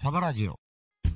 サバラジオ。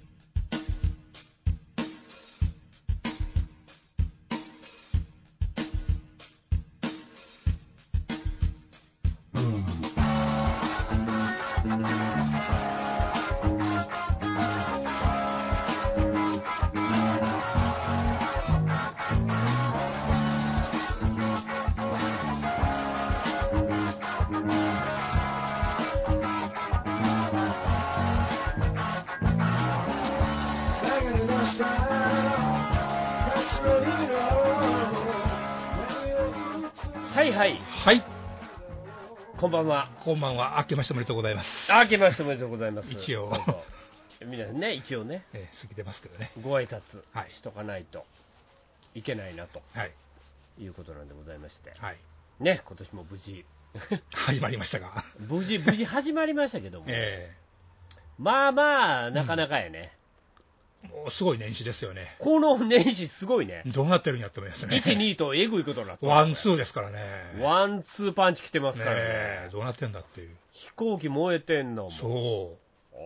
はいはい。 はい。 こんばんは。 こんばんは。明けましておめでとうございます。 明けましておめでとうございます。 一応。 皆さんね、一応ね。 過ぎてますけどね。 ご挨拶しとかないといけないなと、 はい、 いうことなんでございまして。 はい。 ね、今年も無事。 始まりましたが。 無事始まりましたけども。まあまあ、なかなかやね。 もうすごい年始ですよね。 この年始すごいね。 どうなってるんやって思いますね。 1、2とえぐいことになってる。 ワン、ツーですからね。 ワン、ツーパンチ来てますからね。 どうなってんだっていう。 飛行機燃えてんのも。 そう。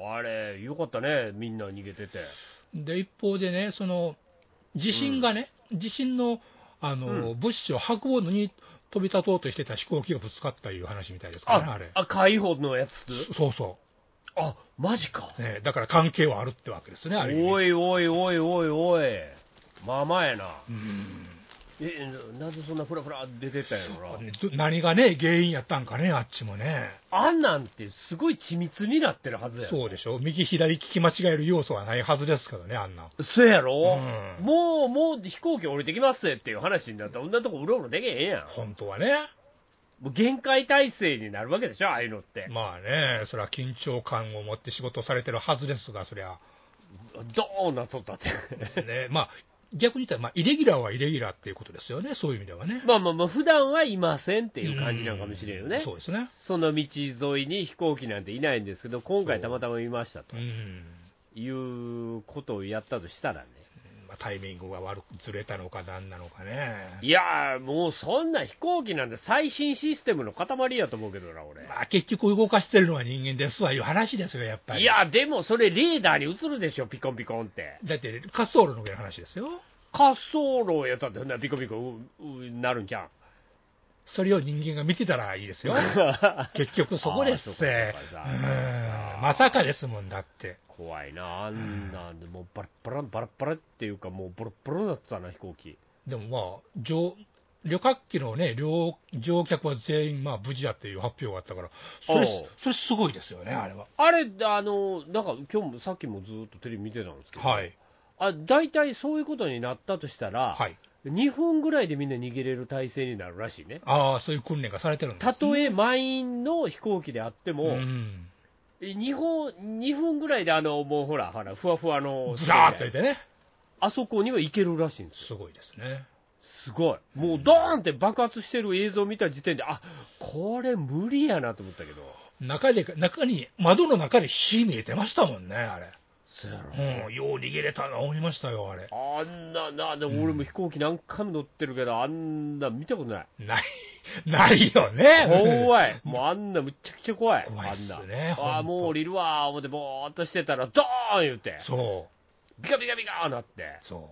あれ、よかったね。みんな逃げてて。 で、一方でね、その、地震がね、地震の、物資を運ぶのに飛び立とうとしてた飛行機がぶつかったいう話みたいですからね、あれ。 海保のやつ。 そうそう。 マジか。 だから関係はあるってわけですね、あれ。 おいおいおいおいおい。まあまあやな。なぜそんなフラフラ出てたんやろな。 何がね、原因やったんかね、あっちもね。 あんなんてすごい緻密になってるはずやろ。 そうでしょ。右左聞き間違える要素はないはずですけどね、あんな。 そうやろ、もう飛行機降りてきますっていう話になったら、こんなとこうろうろできへんやん。 本当はね。 もう限界体制になるわけでしょ、ああいうのって。 まあね、それは緊張感を持って仕事されてるはずですが、そりゃ。 ドーンなっとったって。 ね、まあ、逆に言ったら、イレギュラーはイレギュラーっていうことですよね、そういう意味ではね。 まあ、普段はいませんっていう感じなのかもしれんよね。 そうですね。 その道沿いに飛行機なんていないんですけど、今回たまたま見ましたと。いうことをやったとしたらね。 タイミングがずれたのか何なのかね。 いやー、もうそんな飛行機なんて最新システムの塊やと思うけどな、俺。 まあ結局動かしてるのは人間ですわいう話ですよ、やっぱり。 いや、でもそれレーダーに映るでしょ、ピコンピコンって。 だって滑走路の上の話ですよ。 滑走路やったってピコピコなるんじゃん。 それを人間が見てたらいいですよ。結局そこですって。まさかですもんだって。 怖いな、あんなんでもうバラバラっていうか、もうボロボロになってたな、飛行機。 でもまあ、旅客機のね、乗客は全員まあ無事だっていう発表があったから、それすごいですよね、あれは。 あれ、なんか今日もさっきもずっとテレビ見てたんですけど、 はい。 大体そういうことになったとしたら、 はい。 2分ぐらいでみんな逃げれる体制になるらしいね。 そういう訓練がされてるんですね。 たとえ満員の飛行機であっても、2分ぐらいでもうほら、ふわふわの、 ずらーっといてね。 あそこには行けるらしいんですよ。 すごいですね。 すごい。もうドーンって爆発してる映像を見た時点で、これ無理やなと思ったけど。 窓の中で火見えてましたもんね、あれ。 そうやろ。 よう逃げれたな、思いましたよ、あれ。 あんな、でも俺も飛行機何回も乗ってるけど、あんな見たことない。 ないよね。 怖い。もうあんなむっちゃくちゃ怖い。 怖いっすね。 もう降りるわ、思ってぼーっとしてたら、ドーン言うて。 そう。 ビカビカビカなって。 そう。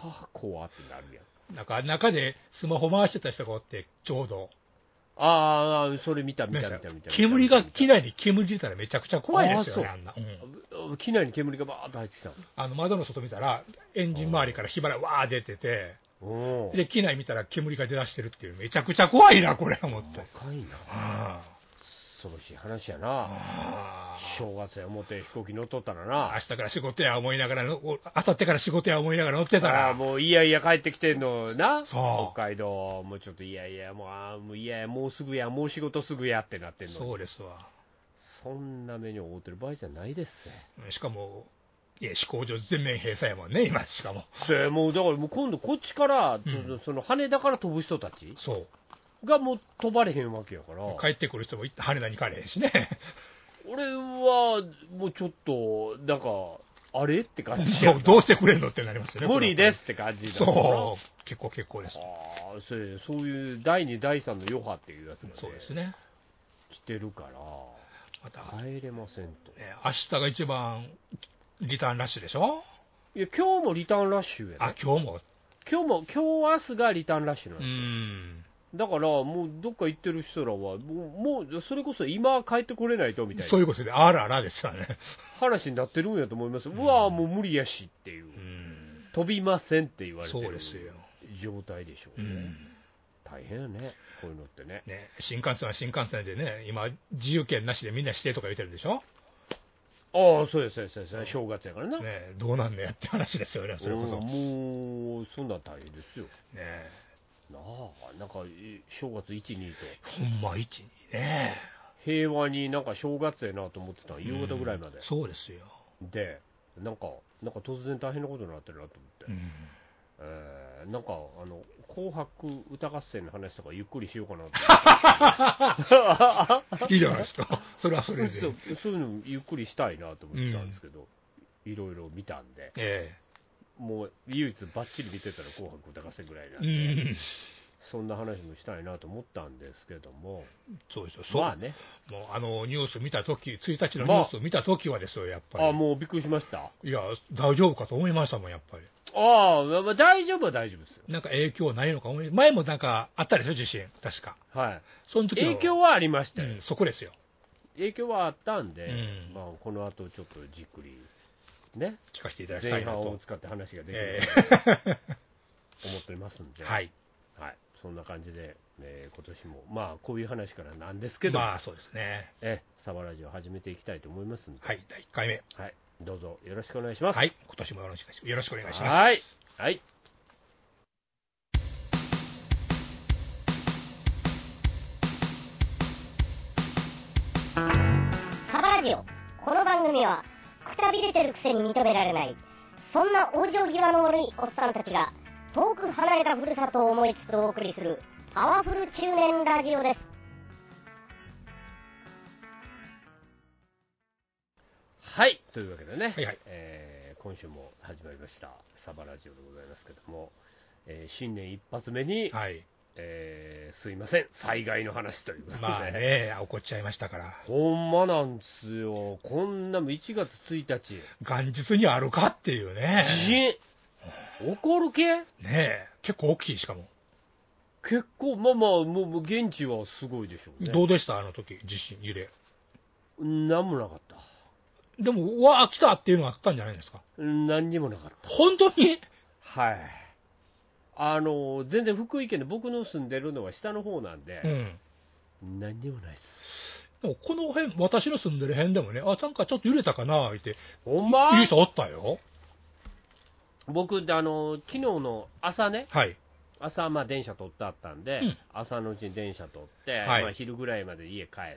怖ってなるやん。 なんか中でスマホ回してた人がおって、ちょうど。 それ見た。 煙が、機内に煙出たらめちゃくちゃ怖いですよね、あんな。 機内に煙がバーッと入ってきたの。窓の外見たら、エンジン周りから火花わー出てて、で、機内見たら煙が出だしてるっていう、めちゃくちゃ怖いな、これ、思って。 若いな。恐ろしい話やな。正月や思って飛行機乗っとったらな。 明日から仕事や思いながら、明後日から仕事や思いながら乗ってたら。 もういやいや帰ってきてんのな。 そう。 北海道、もうちょっといやいや、もういやいや、もうすぐや、もう仕事すぐやってなってんの。 そうですわ。 そんな目に遭ってる場合じゃないです。 しかも、飛行場全面閉鎖やもんね、今、しかも。 もうだからもう今度こっちから、その羽田から飛ぶ人たち。 そう。 がもう飛ばれへんわけやから。 帰ってくる人も羽田に帰れへんしね。 俺はもうちょっとなんかあれって感じや。どうしてくれんのってなりますよね。 無理ですって感じだ。 そう。結構です。 そういう第2第3の余波っていうやつが、 そうですね。 来てるから。 また。 帰れませんと。 明日が一番リターンラッシュでしょ。 いや、今日もリターンラッシュやね。 あ、今日も。 今日明日がリターンラッシュなんですよ。だからもうどっか行ってる人らはもうそれこそ今帰ってこれないとみたいな、 そういうことであららですよね、 話になってるんやと思います。うわもう無理やしっていう、飛びませんって言われてる状態でしょうね。大変やね、こういうのってね。 新幹線は新幹線でね、今自由券なしでみんな指定とか言ってるでしょ。 ああ、そうです、正月やからな。 どうなんねやって話ですよね、それこそ。 もう、そんな大変ですよ。 ねなあ、なんか、正月1、2と。 ほんま1、2ね。 平和になんか正月やなと思ってた夕方ぐらいまで。 そうですよ。 で、なんか突然大変なことになってるなと思って。なんか紅白歌合戦の話とかゆっくりしようかなといいじゃないですか、それはそれでそういうのゆっくりしたいなと思ってたんですけど、いろいろ見たんで、もう唯一バッチリ見てたら紅白歌合戦ぐらいなんで、そんな話もしたいなと思ったんですけども、 そうですよ、まあね、もうニュース見たとき、1日のニュースを見たときはですよ、やっぱり。 もうびっくりしました。 いや、大丈夫かと思いましたもん、やっぱり。 大丈夫は大丈夫ですよ。 なんか影響ないのか、前もなんかあったでしょ、地震、確か。 はい。 その時の影響はありましたよ。 そこですよ。 影響はあったんで、この後ちょっとじっくりね、 聞かせていただきたいなと。 前半を使って話ができると思っておりますんで、 はい。 そんな感じで、今年もこういう話からなんですけど、 そうですね。 サバラジオ始めていきたいと思いますんで、 はい、第1回目。 はい、どうぞよろしくお願いします。 はい、今年もよろしくお願いします。 はい。はい。 サバラジオ、この番組はくたびれてるくせに認められない、そんな往生際の悪いおっさんたちが遠く離れたふるさとを思いつつお送りするパワフル中年ラジオです。 はい、というわけでね、今週も始まりましたサバラジオでございますけども、新年一発目に、すいません、災害の話ということで、 起こっちゃいましたから。 ほんまなんですよ、こんなも1月1日、 元日にあるかっていうね、 地震、起こる系結構大きい、しかも。 結構、もう現地はすごいでしょうね。 どうでした、あの時地震、揺れ。 なんもなかった。 でも、来たっていうのがあったんじゃないですか。 何にもなかった。 本当に？ はい。全然福井県で僕の住んでるのは下の方なんで、何にもないです。 でもこの辺、私の住んでる辺でもね、なんかちょっと揺れたかなって、 ほんま？ 言う人おったよ。 僕、昨日の朝ね、朝、電車取ってあったんで、朝のうちに電車取って、昼ぐらいまで家帰って、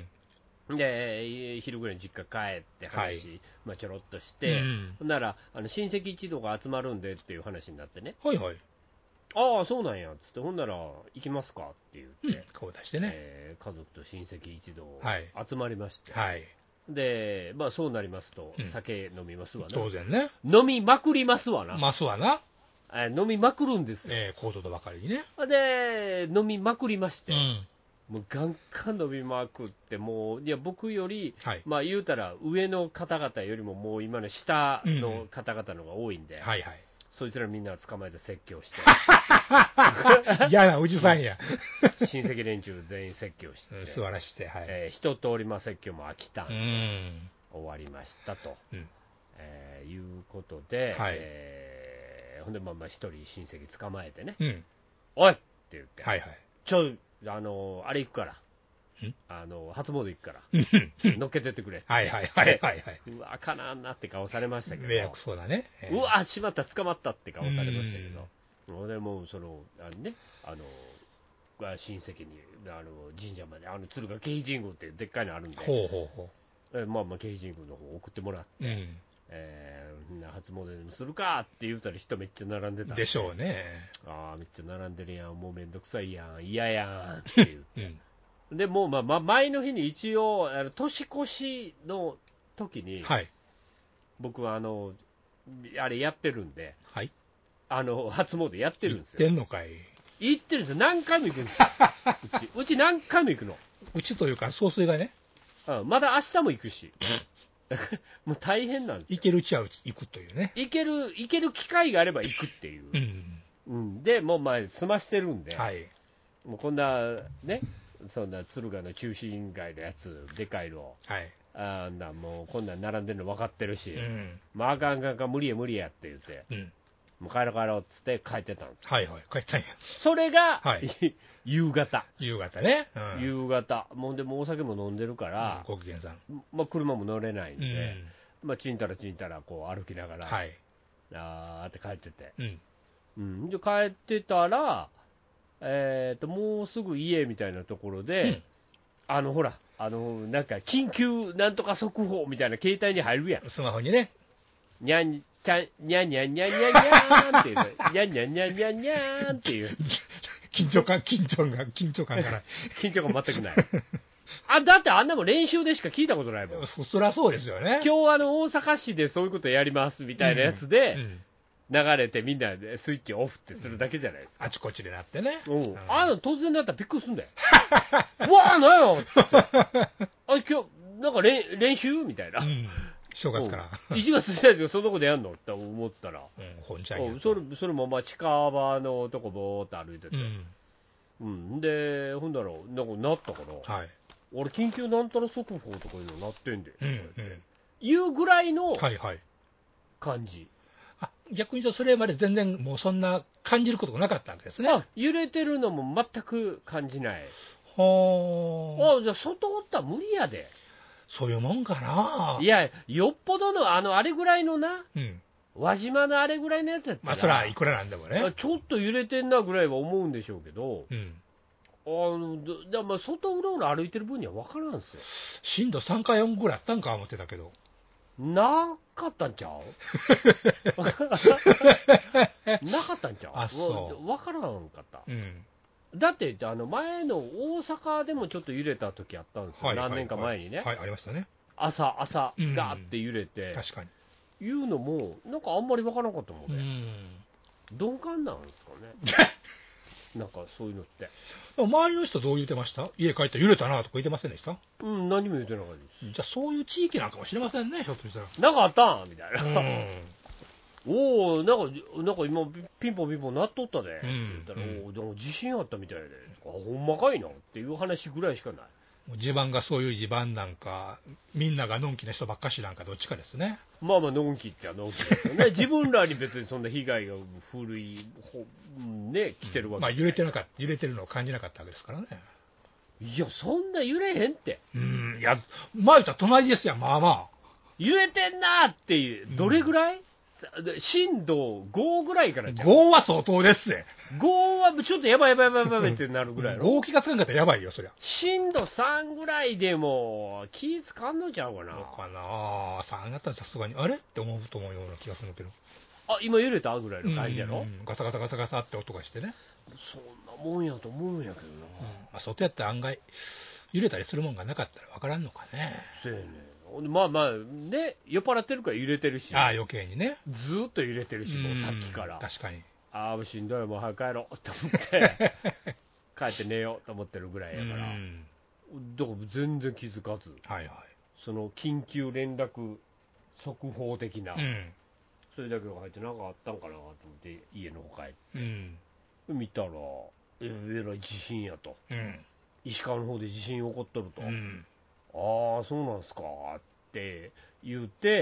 で昼ぐらいに実家帰って話、ちょろっとして、ほんなら親戚一同が集まるんでっていう話になってね、ああそうなんやっつって、ほんなら行きますかって言って、 顔出してね、 家族と親戚一同集まりまして、でそうなりますと、酒飲みますわな、 当然ね、 飲みまくりますわな、飲みまくるんですよ、 コートとばかりにね。 で飲みまくりまして、もうガンガン飲みまくって、もういや僕より、言うたら上の方々よりももう今の下の方々の方が多いんで、そいつらみんな捕まえて説教して嫌なおじさんや親戚連中全員説教して座らして、 一通り説教も飽きたんで、終わりましたと、いうことで、ほんで一人親戚捕まえてね、おいって言って、あれ行くから、初詣行くから乗っけてってくれってうわかなんなって顔されましたけど、 迷惑そうだね、 うわしまった捕まったって顔されましたけど、でも親戚に神社まで敦賀気比神宮ってでっかいのあるんで、気比神宮の方送ってもらって、初詣でもするかって言うたら人めっちゃ並んでたんでしょうね。 めっちゃ並んでるやん、もうめんどくさいやん、嫌やんって言ってでもう前の日に一応年越しの時に、僕はあれやってるんで、初詣やってるんですよ。 行ってんのかい。 行ってるんですよ、何回も行くんですようち何回も行くの。 うちというか総帥がね、 まだ明日も行くしもう大変なんですよ。 行けるうちは行くというね。 行ける機会があれば行くっていう、でもう済ましてるんで、もうこんなね、そんな敦賀の中心街のやつ、でかいの、もうこんなん並んでるの分かってるし、あかん無理やって言って、もう帰ろうっつって帰ってたんですよ。 帰ったんや。 それが、夕方ね、 夕方、もうでもお酒も飲んでるから、 ご機嫌さん、 車も乗れないんで、ちんたらこう歩きながら、あーって帰ってて、で帰ってたら、もうすぐ家みたいなところで、ほら、なんか緊急なんとか速報みたいな携帯に入るやん。 スマホにね。 にゃんちゃん、にゃんにゃんにゃんにゃんにゃんっていう、にゃんにゃんにゃんにゃんにゃんっていう。 緊張感がない。 緊張感全くない。だってあんなもん練習でしか聞いたことないもん。 そりゃそうですよね。 今日大阪市でそういうことやりますみたいなやつで、流れてみんなでスイッチオフってするだけじゃないですか。 あちこちでなってね。 突然だったらびっくりすんだよ。うわー、なんよって今日、なんか練習みたいな。 正月から 1月1日がそんなことやんのって思ったら、それも近場のとこぼーっと歩いてて、で、ほんだら、なんかなったから、俺、緊急なんたら速報とかいうのなってんで、いうぐらいの感じ。 逆に言うと、それまで全然もうそんな感じることがなかったわけですね。 揺れてるのも全く感じない。じゃあ、外おったら無理やで。 そういうもんかな。 いや、よっぽどの、あれぐらいのな、輪島のあれぐらいのやつやったら、 そらいくらなんでもね、 ちょっと揺れてんなぐらいは思うんでしょうけど、外うろうろ歩いてる分には分からんすよ。 震度3か4ぐらいあったんか思ってたけど。 なかったんちゃうなかったんちゃう分からんかった。だって、前の大阪でもちょっと揺れた時あったんですよ、何年か前にね。 ありましたね。 朝、ガーって揺れて。 確かに。 いうのも、なんかあんまり分からなかったもんね。鈍感なんですかね。なんかそういうのって。 周りの人どう言ってました？家帰って揺れたなとか言ってませんでした？ 何も言ってなかったです。 じゃあそういう地域なんかもしれませんね、ひょっとしたら。 なんかあったんみたいな。なんか今ピンポン鳴っとったでって言ったら、でも地震あったみたいで、ほんまかいなっていう話ぐらいしかない。 地盤がそういう地盤なんか、みんながのんきな人ばっかしなんかどっちかですね。 のんきっちゃのんきですよね。自分らに別にそんな被害が古いね来てるわけ、 揺れてるのを感じなかったわけですからね。 いや、そんな揺れへんって。 いや、前と隣ですやん、まあまあ。 揺れてんなっていう、どれぐらい？震度5ぐらいからじゃん。 5は相当ですぜ。 5はちょっとやばいってなるぐらいの。 5気がつかんかったらやばいよ、そりゃ。 震度3ぐらいでも気つかんのちゃうかな。 そうかな。3だったらさすがに、あれって思うと思うような気がするけど。 今揺れたぐらいの感じやろ。 ガサガサって音がしてね。 そんなもんやと思うんやけどな。 外やったら案外、揺れたりするもんがなかったら分からんのかね。 そうやね。ね、酔っ払ってるから揺れてるし、 余計にね、 ずっと揺れてるし、もうさっきから。 確かに。 しんどい、もう早く帰ろうと思って帰って寝ようと思ってるぐらいやから、だから全然気づかず、その緊急連絡速報的な、それだけが入ってなんかあったんかなと思って家の方帰って、見たらえらい地震やと、石川の方で地震起こっとると、そうなんすかって言って、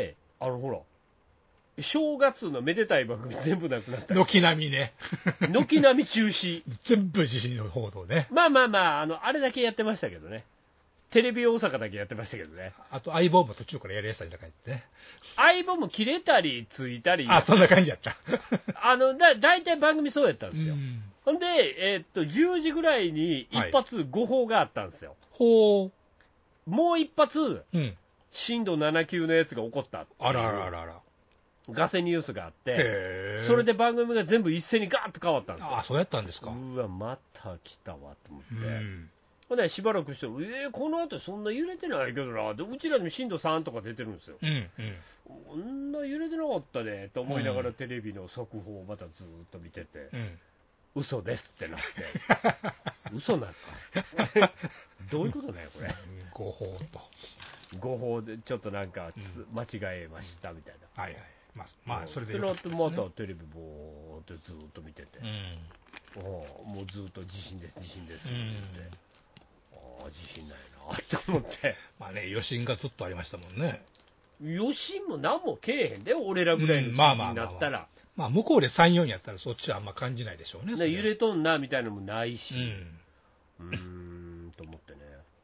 ほら正月のめでたい番組全部なくなった。 軒並みね。 軒並み中止。 全部地震の報道ね。 あれだけやってましたけどね。テレビ大阪だけやってましたけどね。 あと相棒も途中からやりやすいんだからってね。 相棒も切れたりついたり。 そんな感じやった。 だいたい番組そうやったんですよ。ほんで、10時ぐらいに一発誤報があったんですよ。もう一発、震度7級のやつが起こった。 あら。 ガセニュースがあって、それで番組が全部一斉にガーッと変わったんですよ。 そうやったんですか。 うわ、また来たわと思って。ほんでしばらくしてこの後そんな揺れてないけどな、でうちらに震度3とか出てるんですよ。こんな揺れてなかったねと思いながらテレビの速報をまたずっと見てて、 嘘ですってなって嘘なんかどういうことだよこれ誤報と誤報でちょっとなんか間違えましたみたいな、 はいはい、まあそれでよかったですね。またテレビぼーってずっと見てて、もうずっと地震です地震ですって言って、地震ないなと思ってまあね、余震がずっとありましたもんね。 余震も何もけえへんで俺らぐらいの地震になったら、 まあ向こうで3、4やったらそっちはあんま感じないでしょうね。 揺れとんなみたいなのもないし、と思ってね、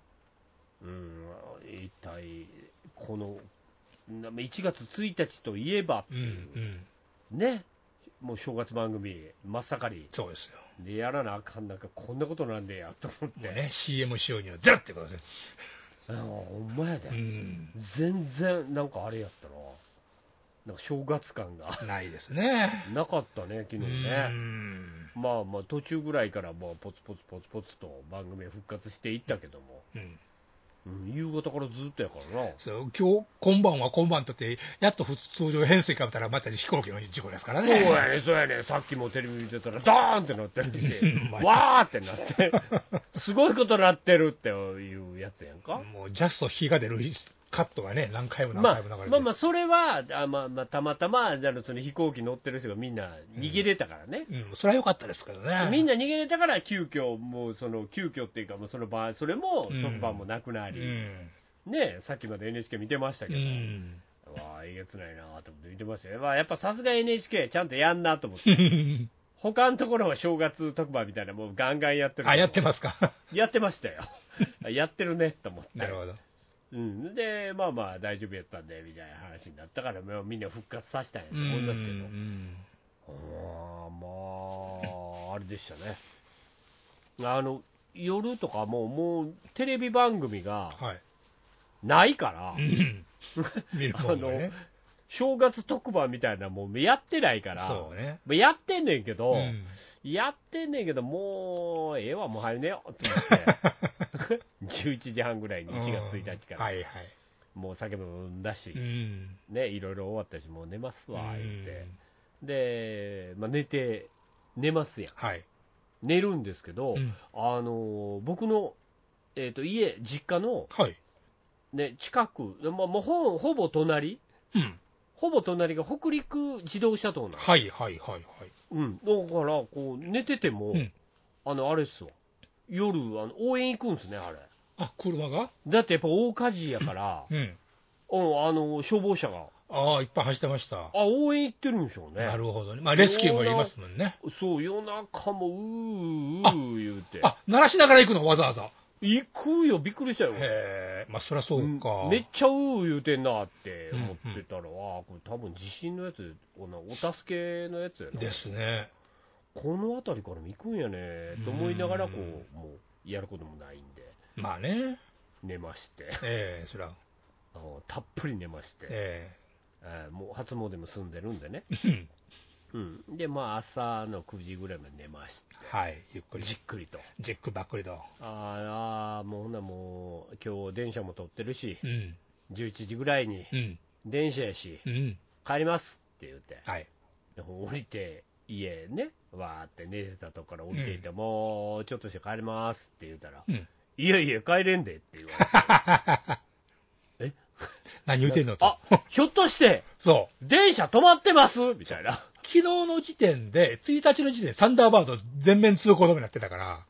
一体この1月1日といえばっていう、ね、もう正月番組真っ盛りそうですよでやらなあかんなんかこんなことなんでやと思って、 もうね CM 使用にはゼロってことですね。 ほんまやで、全然なんかあれやったな、なんか正月感がないですね。 なかったね昨日ね。まあ途中ぐらいからもうポツポツと番組が復活していったけども、夕方からずっとやからな。 そう今日今晩とってやっと通常編成か見たらまた飛行機の事故ですからね。 そうやねさっきもテレビ見てたらドーンってなってるしわーってなってすごいことなってるっていうやつやんか。 もうジャスト火が出るカットがね何回も流れて、 それはたまたまその飛行機乗ってる人がみんな逃げれたからね、 それは良かったですけどね。 みんな逃げれたから急遽っていうかもうその場合それも特番もなくなり、ね、さっきまで NHK 見てましたけど、わあえげつないなと思って見てましたよ。やっぱさすが NHK ちゃんとやんなと思って他のところは正月特番みたいなもうガンガンやってる。 やってますかやってましたよやってるねと思って。 なるほど。 で大丈夫やったんでみたいな話になったからみんな復活させたんやと思いますけど、あれでしたね。夜とかもうテレビ番組がないから、 見るもんね正月特番みたいなもうやってないから、 そうね、 やってんねんけど、もうええわもう早寝よって言って11時半ぐらいに1月1日から、もう酒も飲んだし、ね、いろいろ終わったしもう寝ますわ言って、で、寝ますやん、寝るんですけど、僕の、実家の、近く、もうほぼ隣、ほぼ隣が北陸自動車道なんです。だからこう寝てても、あれっすわ、夜応援行くんですねあれ。 車がだってやっぱ大火事やから、消防車がいっぱい走ってました。 応援行ってるんでしょうね。 なるほどね。レスキューもいますもんね。 そう、夜中も言うて。 鳴らしながら行くのわざわざ。 行くよ、びっくりしたよ。 そりゃそうか。 めっちゃ言うてんなって思ってたら、これ多分地震のやつ、お助けのやつやな。 ですね。 この辺りからも行くんやねと思いながら、もうやることもないんで。 まあね。 寝まして。 そりゃ。 たっぷり寝まして。もう初詣も済んでるんでね。で朝の9時ぐらいまで寝まして、 ゆっくりじっくりとばっくりと、 もう今日電車も取ってるし、11時ぐらいに電車やし、帰りますって言って、降りて家ねわーって寝てたとこから降りていて、もうちょっとして帰りますって言ったら、いやいや帰れんでって言われて何言うてんのと、 ひょっとして電車止まってますみたいな。 昨日の時点で、1日の時点でサンダーバード全面通行止めになってたから、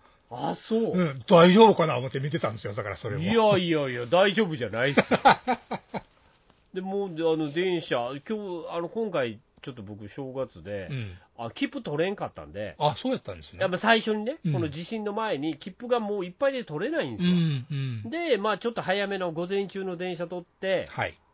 そう、 大丈夫かな思って見てたんですよ。だからそれもいや大丈夫じゃないっすよでも電車今回ちょっと僕正月で、切符取れんかったんで、 そうやったんですね。 やっぱ最初にね、この地震の前に切符がもういっぱいで取れないんですよ。でちょっと早めの午前中の電車取って、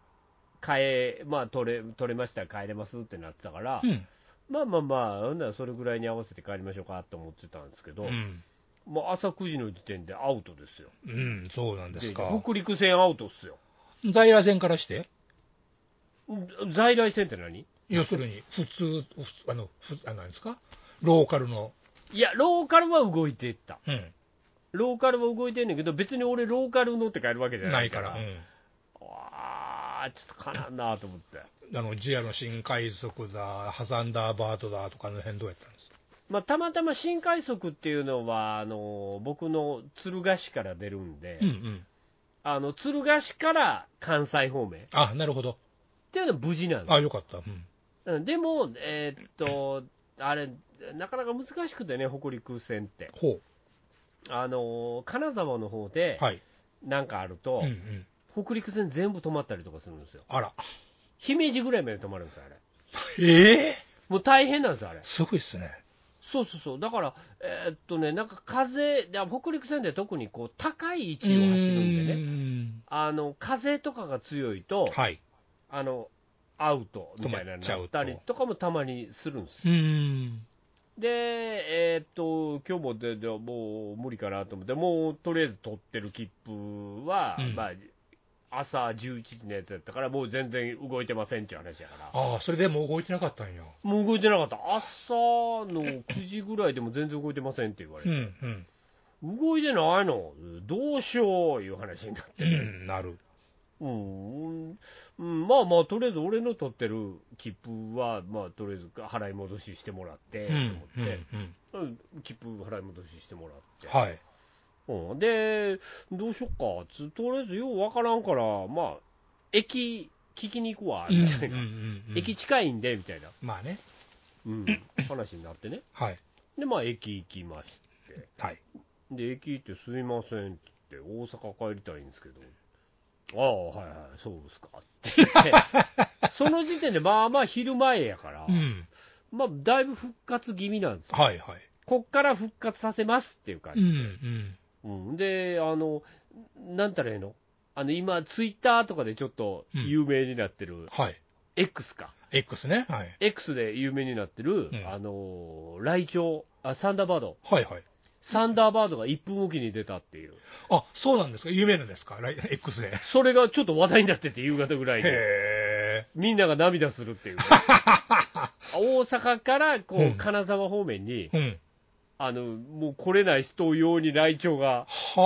取れましたら帰れますってなってたから、ほんならそれぐらいに合わせて帰りましょうかと思ってたんですけど、朝9時の時点でアウトですよ。 そうなんですか。 北陸線アウトっすよ。 在来線からして在来線って何？ 要するに普通なんですか、ローカルの。 いやローカルは動いていった、ローカルは動いてんねんけど、別に俺ローカル乗って帰るわけじゃないから、ちょっとかなんなと思って。 JR の新快速だ、ハザンダーバードだとかの辺どうやったんですまあ、たまたま新快速っていうのは僕の敦賀市から出るんで、敦賀市から関西方面なるほどっていうのは無事なんです。 よかった、 でも、あれなかなか難しくてね、北陸線って。金沢の方でなんかあると、北陸線全部止まったりとかするんですよ。姫路ぐらいまで止まるんですよ、あれ。もう大変なんですよ、あれ。 すごいっすね。 そうだからなんか北陸線で特にこう高い位置を走るんでね、風とかが強いと、アウトみたいなのになったりとかもたまにするんです。で、今日ももう無理かなと思って、もうとりあえず取ってる切符は、朝11時のやつやったから、もう全然動いてませんっていう話やから。 それでもう動いてなかったんや。 もう動いてなかった。朝の9時ぐらいでも全然動いてませんって言われて。動いてないのどうしよういう話になってね。 なる。 まあとりあえず俺の取ってる切符は、とりあえず払い戻ししてもらって、と思って、切符払い戻ししてもらって。で、どうしよっか、とりあえずようわからんから、駅聞きに行くわ、みたいな。駅近いんで、みたいな。話になってね。で、駅行きまして。で、駅行ってすいませんって言って、大阪帰りたいんですけど、そうですかって言って、その時点で昼前やから、だいぶ復活気味なんですよ。こっから復活させますっていう感じで。で、なんたらええの今、ツイッターとかでちょっと有名になってる、X か。 X ね。 X で有名になってる、ライチョウ、サンダーバード。サンダーバードが1分おきに出たっていう。 そうなんですか。有名なんですか、X で。 それがちょっと話題になってて、夕方ぐらいで。みんなが涙するっていう。大阪から金沢方面に、もう来れない人用にライチョウが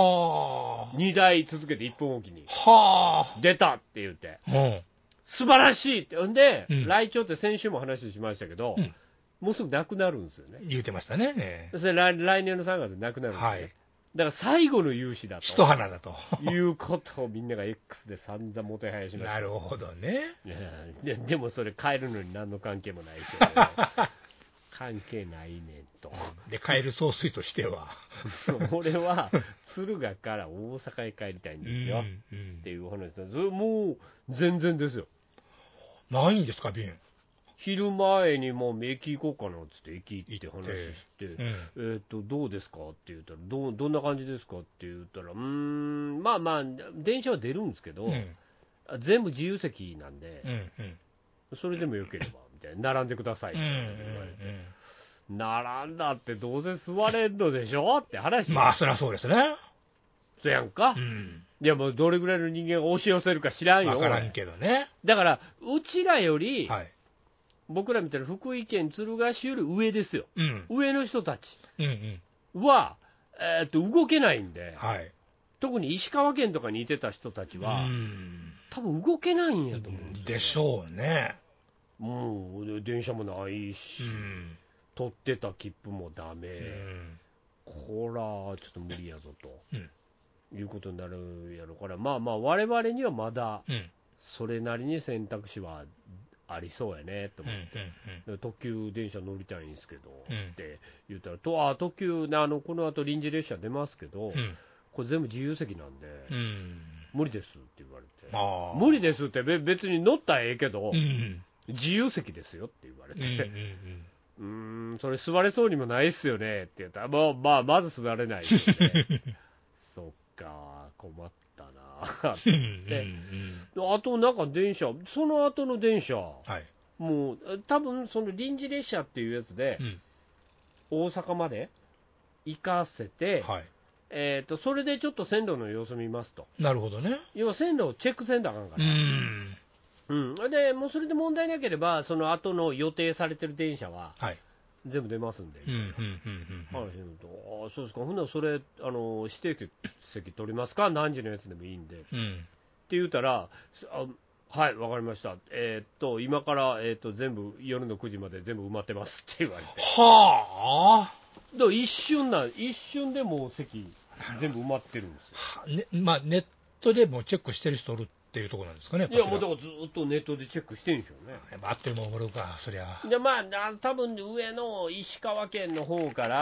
2台続けて1分おきに出たって言って、素晴らしいって。んで、ライチョウって先週も話しましたけど、もうすぐなくなるんですよね。 言うてましたね。 それ来年の3月でなくなるんですよね。だから最後の勇姿だと。 一花だと。 いうことをみんなが X で散々もてはやしました。 なるほどね。 でもそれ変えるのに何の関係もないけど、関係ないねんと。 で、帰る総帥としては。 俺は敦賀から大阪へ帰りたいんですよ。っていう話です。もう全然ですよ。 ないんですか、便。 昼前にもう駅行こうかなっつって駅行って話して、どうですかって言ったら、どんな感じですかって言ったら、電車は出るんですけど、全部自由席なんで、それでもよければみたいな、並んでくださいって言われて、並んだってどうせ座れんのでしょって話。 そりゃそうですね。 そやんか。いやもうどれぐらいの人間が押し寄せるか知らんよ。 分からんけどね。 だからうちらより、僕らみたいな福井県敦賀市より上ですよ。上の人たちは、動けないんで、特に石川県とかにいてた人たちは、多分動けないんやと思うんですよ。 でしょうね。 もう電車もないし、取ってた切符もダメ、こらちょっと無理やぞと、いうことになるやろから、我々にはまだそれなりに選択肢はありそうやねと思って、特急電車乗りたいんですけど、って言ったら、特急この後臨時列車出ますけど、これ全部自由席なんで、無理ですって言われて、無理ですって別に乗ったらええけど、自由席ですよって言われて、それ座れそうにもないっすよねって言ったら、まず座れないですよね。そっか、困ったなって。あとなんか電車、その後の電車、もう多分その臨時列車っていうやつで、大阪まで行かせて、それでちょっと線路の様子見ますと。 なるほどね。 要は線路をチェックせんとあかんから。でもうそれで問題なければ、その後の予定されてる電車は、全部出ますんで、話すると、そうですか、ほんならそれ指定席取りますか、何時のやつでもいいんで、って言うたら、 はい、わかりました。今から、全部、夜の9時まで全部埋まってますって言われて。 はあ。 一瞬でもう席、全部埋まってるんですよ。 まあ、ネットでもチェックしてる人おるっていうところなんですかね。 いや、もうだからずっとネットでチェックしてるんでしょうね。 あっという間埋まるか、そりゃ。 で、まあ、多分上の石川県の方から、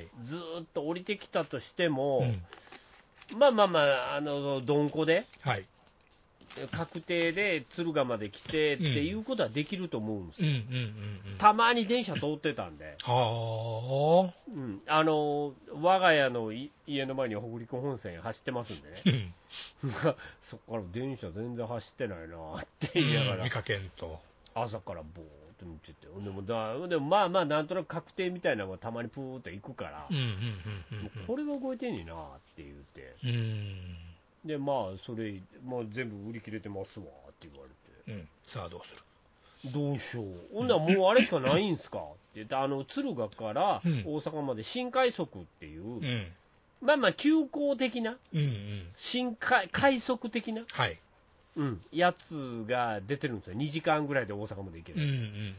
ずっと降りてきたとしても、まあ、鈍行で、はい。確定で敦賀まで来てっていうことはできると思うんですよ。たまに電車通ってたんで、はあ、我が家の家の前に北陸本線走ってますんでね、そこから電車全然走ってないなって言いながら、 見かけんと朝からぼーっと見てて、でもまあなんとなく確定みたいなのがたまにプーっと行くから、これが動いてんねんなって言って。で、まあ、それ、まあ、全部売り切れてますわって言われて、 さあどうする？ どうしよう、ほんならもうあれしかないんすかって言って、敦賀から大阪まで新快速っていう、まあ急行的な、快速的な、やつが出てるんですよ、2時間ぐらいで大阪まで行けるんです、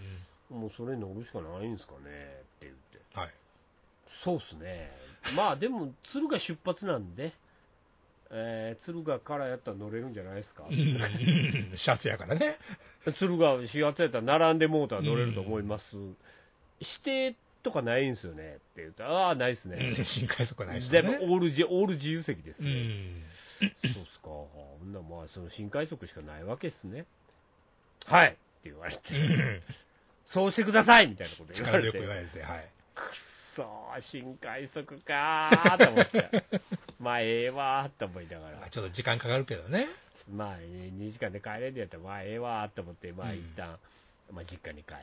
もうそれ乗るしかないんすかねって言って、そうっすね、まあでも、敦賀出発なんで。敦賀からやったら乗れるんじゃないですか。 シャツやからね。 敦賀始発やったら並んでもうたら乗れると思います。指定とかないんですよねって言うと、ああ、ないですね。 新快速ないですね。 全部オール自由席ですね。そうっすか。ほんならまあ、その新快速しかないわけっすね。はいって言われて、そうしてくださいみたいなこと言われて。 力強く言われて、はい。 そう新快速かーと思ってまあええわーって思いながら、 ちょっと時間かかるけどね、 まあ2時間で帰れるんやったらまあええわーって思って、まあ一旦、まあ実家に帰って、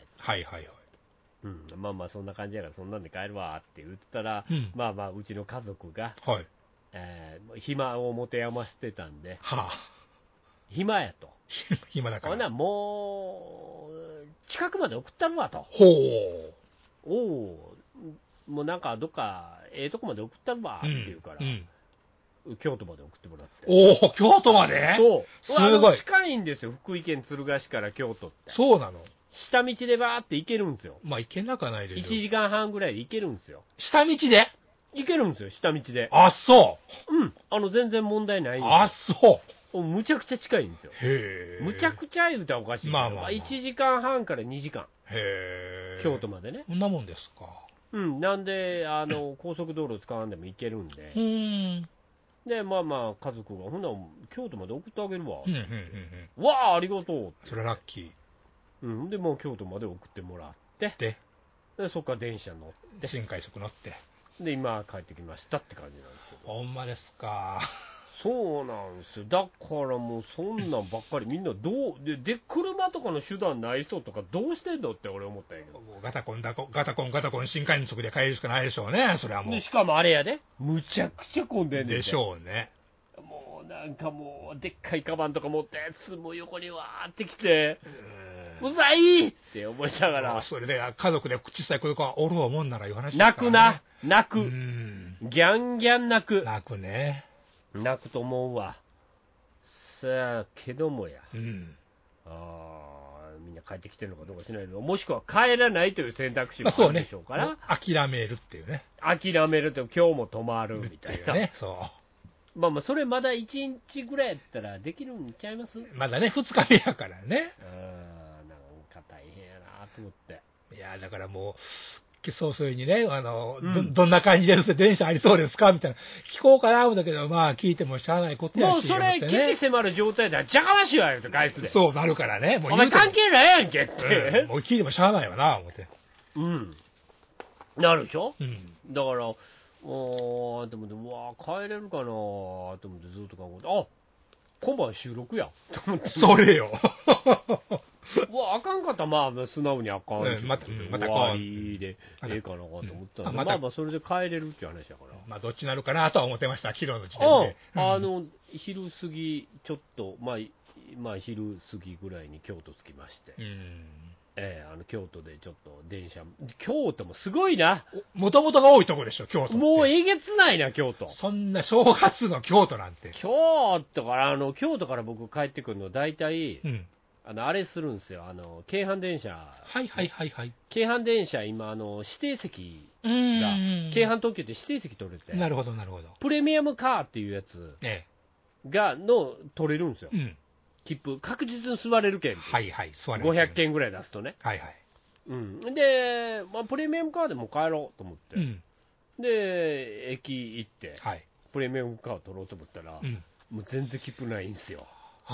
まあまあそんな感じやからそんなんで帰るわーって言ったら、まあまあうちの家族が、暇を持て余してたんで、暇やと暇だから、 ほなもう近くまで送ったるわと、おおもうなんかどっかとこまで送ったるわって言うから、京都まで送ってもらって。 おお、京都まで？ そう。 すごい。 近いんですよ、福井県敦賀市から京都って。 そうなの？ 下道でバーって行けるんですよ。 まあ行けなくはないでしょ。 1時間半ぐらいで行けるんですよ。 下道で？ 行けるんですよ、下道で。 あ、そう。 全然問題ないんですよ。あ、そう。 むちゃくちゃ近いんですよ。 へえ。 むちゃくちゃ言うたらおかしいけど、1時間半から2時間。 へえ。 京都までね。 そんなもんですか。 なんで、高速道路使わんでも行けるんで。で、まあまあ、家族が、ほんなら京都まで送ってあげるわ。わあ、ありがとうって。 それはラッキー。で、もう京都まで送ってもらって。で、そっから電車乗って。 新快速乗って。 で、今帰ってきましたって感じなんですけど。 ほんまですか。 そうなんですよ。だからもうそんなんばっかりみんなどうで車とかの手段ない人とかどうしてんのって俺思ったんやけど。 ガタコン新快速で帰るしかないでしょうね。それはもう。 でしかもあれやで。むちゃくちゃ混んでんねんでしょうね。 もうなんかもうでっかいカバンとか持ったやつも横にわーってきて。うざいって思いながら。 それで家族で小さい子とかおる思んなら言わないですからね。泣く。ギャンギャン泣く。 泣くね。 泣くと思うわ。さあけどもや。みんな帰ってきてるのかどうかしないけど、もしくは帰らないという選択肢もあるでしょうから。 諦めるっていうね。 諦めるって今日も泊まるみたいな。 ね、そう。 まあそれまだ1日ぐらいやったらできるんちゃいます？ まだね、2日目やからね。 なんか大変やなと思って。 いや、だからもう、早々にね、どんな感じで電車ありそうですかみたいな。聞こうかな思うんだけど、まあ聞いてもしゃあないことやし。 もうそれ、危機迫る状態では、じゃかましいわよと返すで。 そうなるからね。 もうお前関係ないやんけって。 もう聞いてもしゃあないわな、思って。 なるでしょ？だから、でも、うわ帰れるかなと思ってずっと考えて、あ、今晩収録やと思って。 それよ。 あかんかったら、まあ、素直にあかん。 また終わりで、ええかなと思ったら、まあ、それで帰れるっていう話だから。 まあ、どっちになるかなとは思ってました、昨日の時点で。 昼過ぎ、ちょっと、まあ、昼過ぎぐらいに京都着きまして。京都でちょっと電車、京都もすごいな。 もともとが多いとこでしょ、京都って。 もうえげつないな、京都。 そんな正月の京都なんて。 京都から僕帰ってくるの、大体、 あれするんですよ、京阪電車、 はいはいはいはい、 京阪電車、今、指定席が、京阪特急って指定席取れて、 なるほどなるほど、 プレミアムカーっていうやつの取れるんですよ、切符、確実に座れる券、 はいはい、座れる 500件ぐらい出すとね、 はいはい、 で、プレミアムカーでも帰ろうと思って、で、駅行って、プレミアムカーを取ろうと思ったら、もう全然切符ないんですよ。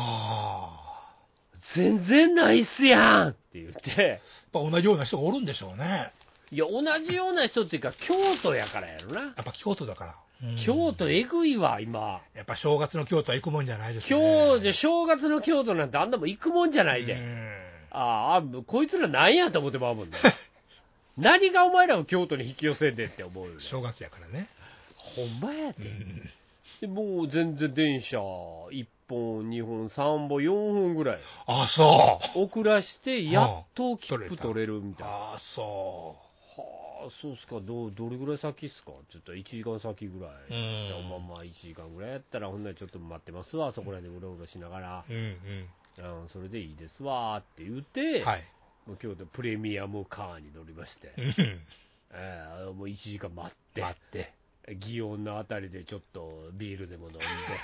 全然ないっすやんって言って。 同じような人がおるんでしょうね。 いや、同じような人っていうか、京都やからやろな。 やっぱ京都だから。 京都えぐいわ、今。 やっぱ正月の京都は行くもんじゃないですね。 正月の京都なんてあんなもん行くもんじゃないで。こいつらなんやと思ってまうもんね。何がお前らを京都に引き寄せんでって思うよ、ね。 正月やからね。 ほんまやで。でもう全然電車1本、2本、3本、4本ぐらい。 そう遅らしてやっと切符取れるみたいな。そうっすか、どれぐらい先っすか、ちょっと1時間先ぐらい。じゃあまあ1時間ぐらいやったら、ほんならちょっと待ってますわ、そこらでうろうろしながら、それでいいですわって言って、もう京都プレミアムカーに乗りまして、もう1時間待って、祇園のあたりでちょっとビールでも飲んで、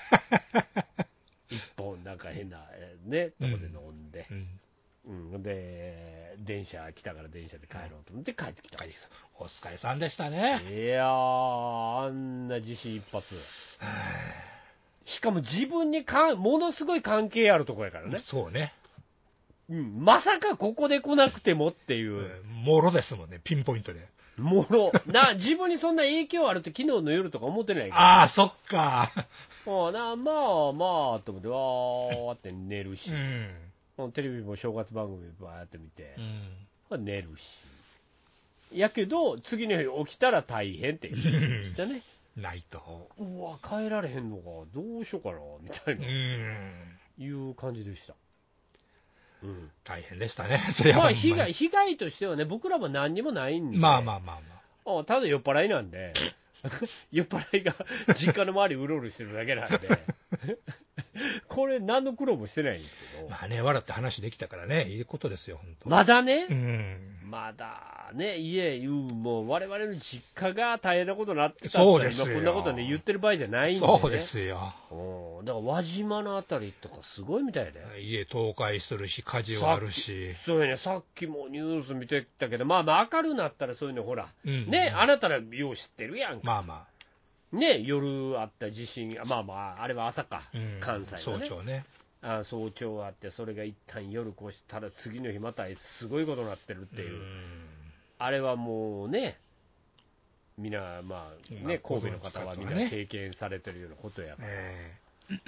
一本なんか変なね、とこで飲んで。で、電車来たから電車で帰ろうと思って帰ってきた。 お疲れさんでしたね。 いやー、あんな地震一発。しかも自分にものすごい関係あるとこやからね。 そうね。 まさかここで来なくてもっていう。 もろですもんね、ピンポイントで。 自分にそんな影響あるって昨日の夜とか思ってないから。 そっか。 まあと思って、わーって寝るし。テレビも正月番組バーって見て、寝るし。やけど、次の日起きたら大変って言ってましたね。 ないと。 うわ、帰られへんのか、どうしようかな、みたいな、いう感じでした。 大変でしたね、それは。 まあ、被害としてはね、僕らも何にもないんで。ただ酔っ払いなんで、酔っ払いが実家の周りうろうろしてるだけなんで。これ何の苦労もしてないんですけど。 まあね、笑って話できたからね、いいことですよ、本当。 まだね、まだね、もう我々の実家が大変なことになってたんで、今こんなことね、言ってる場合じゃないんで、ね。 そうですよ。 だから輪島のあたりとかすごいみたいで。 家倒壊するし、火事はあるし。 そうやね、さっきもニュース見てたけど、明るなったらそういうのほら、ね、あなたらよう知ってるやんか。ね、夜あった地震、あれは朝か、関西のね。 早朝ね。 早朝あって、それが一旦夜越したら、次の日またすごいことになってるっていう。あれはもうね、みんな、神戸の方はみんな経験されてるようなことやから。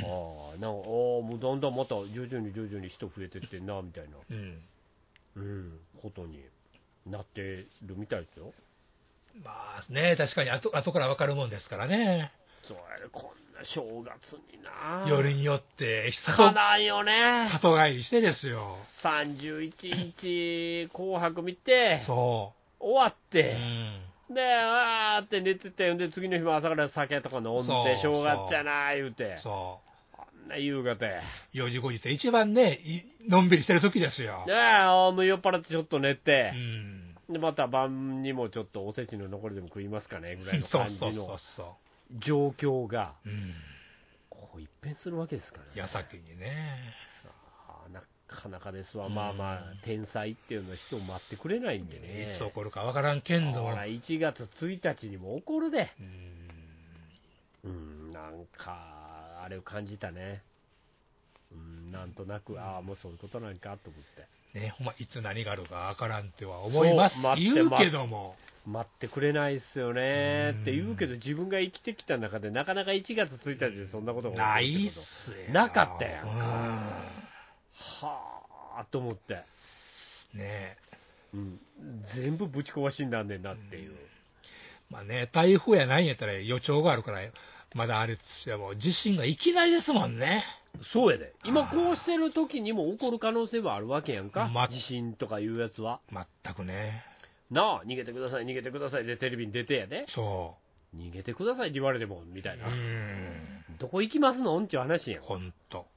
もうだんだんまた徐々に人増えてってんな、みたいな、ことになってるみたいですよ。 確かに後から分かるもんですからね。 そうやね、こんな正月にな。 よりによってかないよね。 里帰りしてですよ。 31日紅白見て、終わって、で、わーって寝てて、で次の日も朝から酒とか飲んで、正月じゃない言うて。あんな夕方や。 4時5時って一番ね、のんびりしてる時ですよ。 もう酔っ払ってちょっと寝て。でまた晩にもちょっとおせちの残りでも食いますかねぐらいの感じの状況がこう一変するわけですからね。 矢先にね。 なかなかですわ。天才っていうのは人を待ってくれないんでね。 いつ起こるかわからんけんど。 1月1日にも起こるで。なんかあれを感じたね。なんとなくもうそういうことなんかと思って。 ね、いつ何があるかわからんっては思います。言うけども待ってくれないっすよねって言うけど、自分が生きてきた中でなかなか1月1日でそんなことがないっすよ。 なかったやんか。はあと思ってね、 全部ぶち壊しになんねんなっていう。 台風やないんやったら予兆があるからまだあれとしても地震がいきなりですもんね。 そうやで。今こうしてる時にも起こる可能性はあるわけやんか。地震とかいうやつは。 全くね。 逃げてください、逃げてくださいでテレビに出てやで。逃げてくださいって言われてもみたいな。どこ行きますのんちゅう話やん。 ほんと。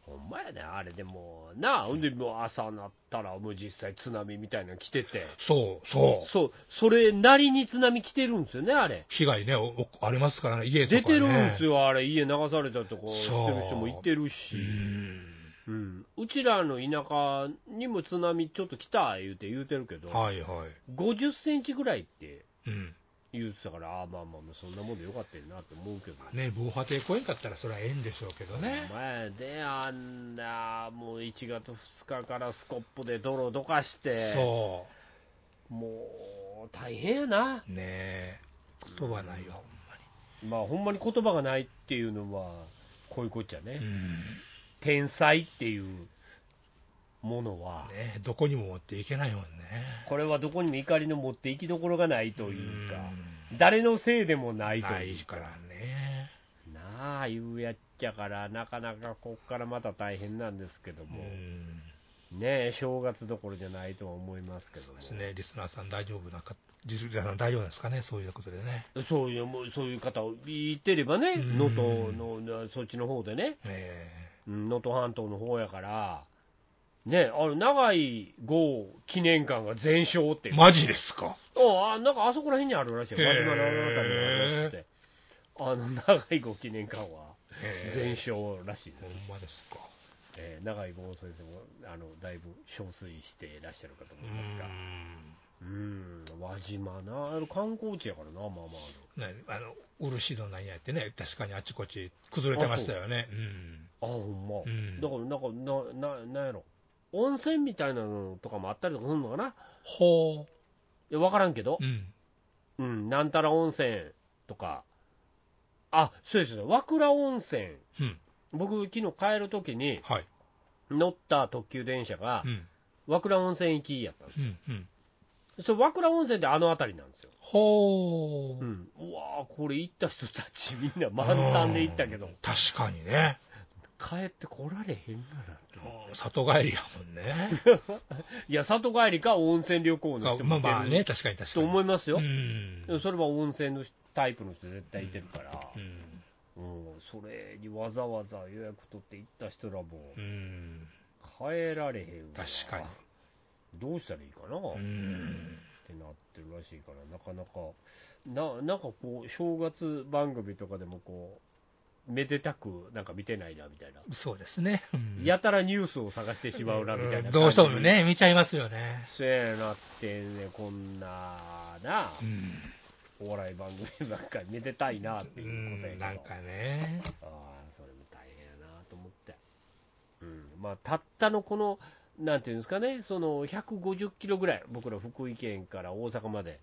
ほんまやね、あれでもな、ほんでもう朝なったらもう実際津波みたいなの来てて、それなりに津波来てるんですよね、あれ。 被害ね、ありますからね、家とかね。 出てるんですよ、あれ、家流されたとこしてる人もいてるし、うちらの田舎にも津波ちょっと来た言うてるけど、50センチぐらいって言うてたから、まあそんなもんでよかったなって思うけどね、防波堤越えんかったらそれはええんでしょうけどね。 前であんなもう1月2日からスコップで泥どかして、もう大変やな。 ねえ、言葉ないよ、ほんまに。まあほんまに言葉がないっていうのはこういうこっちゃね。天才っていうものは、 ね、どこにも持っていけないもんね。 これはどこにも怒りの持っていきどころがないというか、誰のせいでもないというか。 ないからね。 なあ、いうやっちゃから、なかなかこっからまた大変なんですけども、ねえ、正月どころじゃないとは思いますけども。 そうですね、リスナーさん大丈夫ですかね、そういうことでね。 そういう方を言ってればね、能登のそっちの方でね、能登半島の方やから、ね、長い号記念館が全焼っていう。 マジですか。 なんかあそこら辺にあるらしいよ。輪島のあの辺りにあるらしくて、長い号記念館は全焼らしいです。 ほんまですか。 長い号先生もだいぶ憔悴していらっしゃるかと思いますが、輪島な、観光地やからな、 漆のなんやってね、確かにあちこち崩れてましたよね。 ほんま。だからなんやろ、温泉みたいなのとかもあったりとかするのかな。いや分からんけど、なんたら温泉とか、そうですよ、和倉温泉。僕昨日帰るときに乗った特急電車が和倉温泉行きやったんですよ。和倉温泉ってあの辺りなんですよ。うわー、これ行った人たちみんな満タンで行ったけど、 確かにね、 帰ってこられへんがなって。 里帰りやもんね。 いや、里帰りか温泉旅行の人もいてる、 ね、確かにと思いますよ。それは温泉のタイプの人絶対いてるから、それにわざわざ予約取って行った人らも帰られへんわ。 確かに。 どうしたらいいかなってなってるらしいから、なかなかなんかこう正月番組とかでもこうめでたくなんか見てないなみたいな。 そうですね。 やたらニュースを探してしまうなみたいな。 どうしてもね、見ちゃいますよね。 そうやなってね、こんなお笑い番組ばっかりめでたいなっていうことやけど、 なんかね、 それも大変やなと思って、まあたったのこのなんていうんですかね、その150キロぐらい、僕ら福井県から大阪まで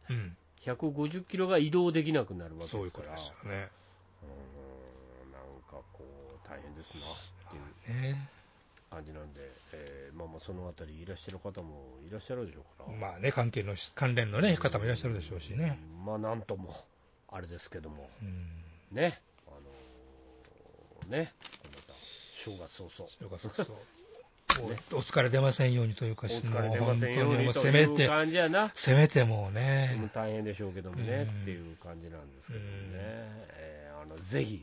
150キロが移動できなくなるわけですから、 そういうことですよね。 なんかこう大変ですなっていう感じなんで、そのあたりいらっしゃる方もいらっしゃるでしょうから、 関連の、方もいらっしゃるでしょうしね、 なんともあれですけども、ね、また正月早々 お疲れ出ませんようにというか、 お疲れ出ませんようにという感じやな。 せめてもうね、 大変でしょうけどもね、っていう感じなんですけどもね、ぜひ、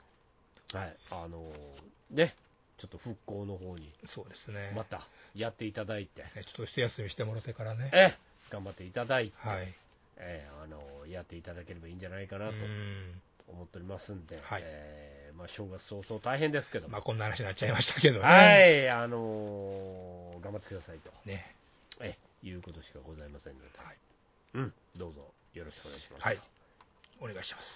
ちょっと復興の方に、 そうですね、 またやっていただいて、 ちょっと一休みしてもらってからね、 頑張っていただいて、やっていただければいいんじゃないかなと思っておりますんで、正月早々大変ですけども、 こんな話になっちゃいましたけどね、 頑張ってくださいと、いうことしかございませんので、どうぞよろしくお願いします。 お願いします。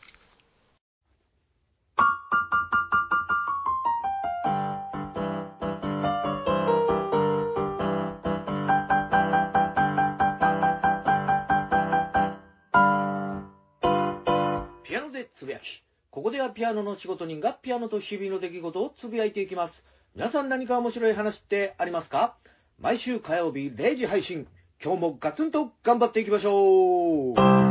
ピアノでつぶやき。ここではピアノの仕事人がピアノと日々の出来事をつぶやいていきます。皆さん何か面白い話ってありますか？毎週火曜日0時配信。今日もガツンと頑張っていきましょう。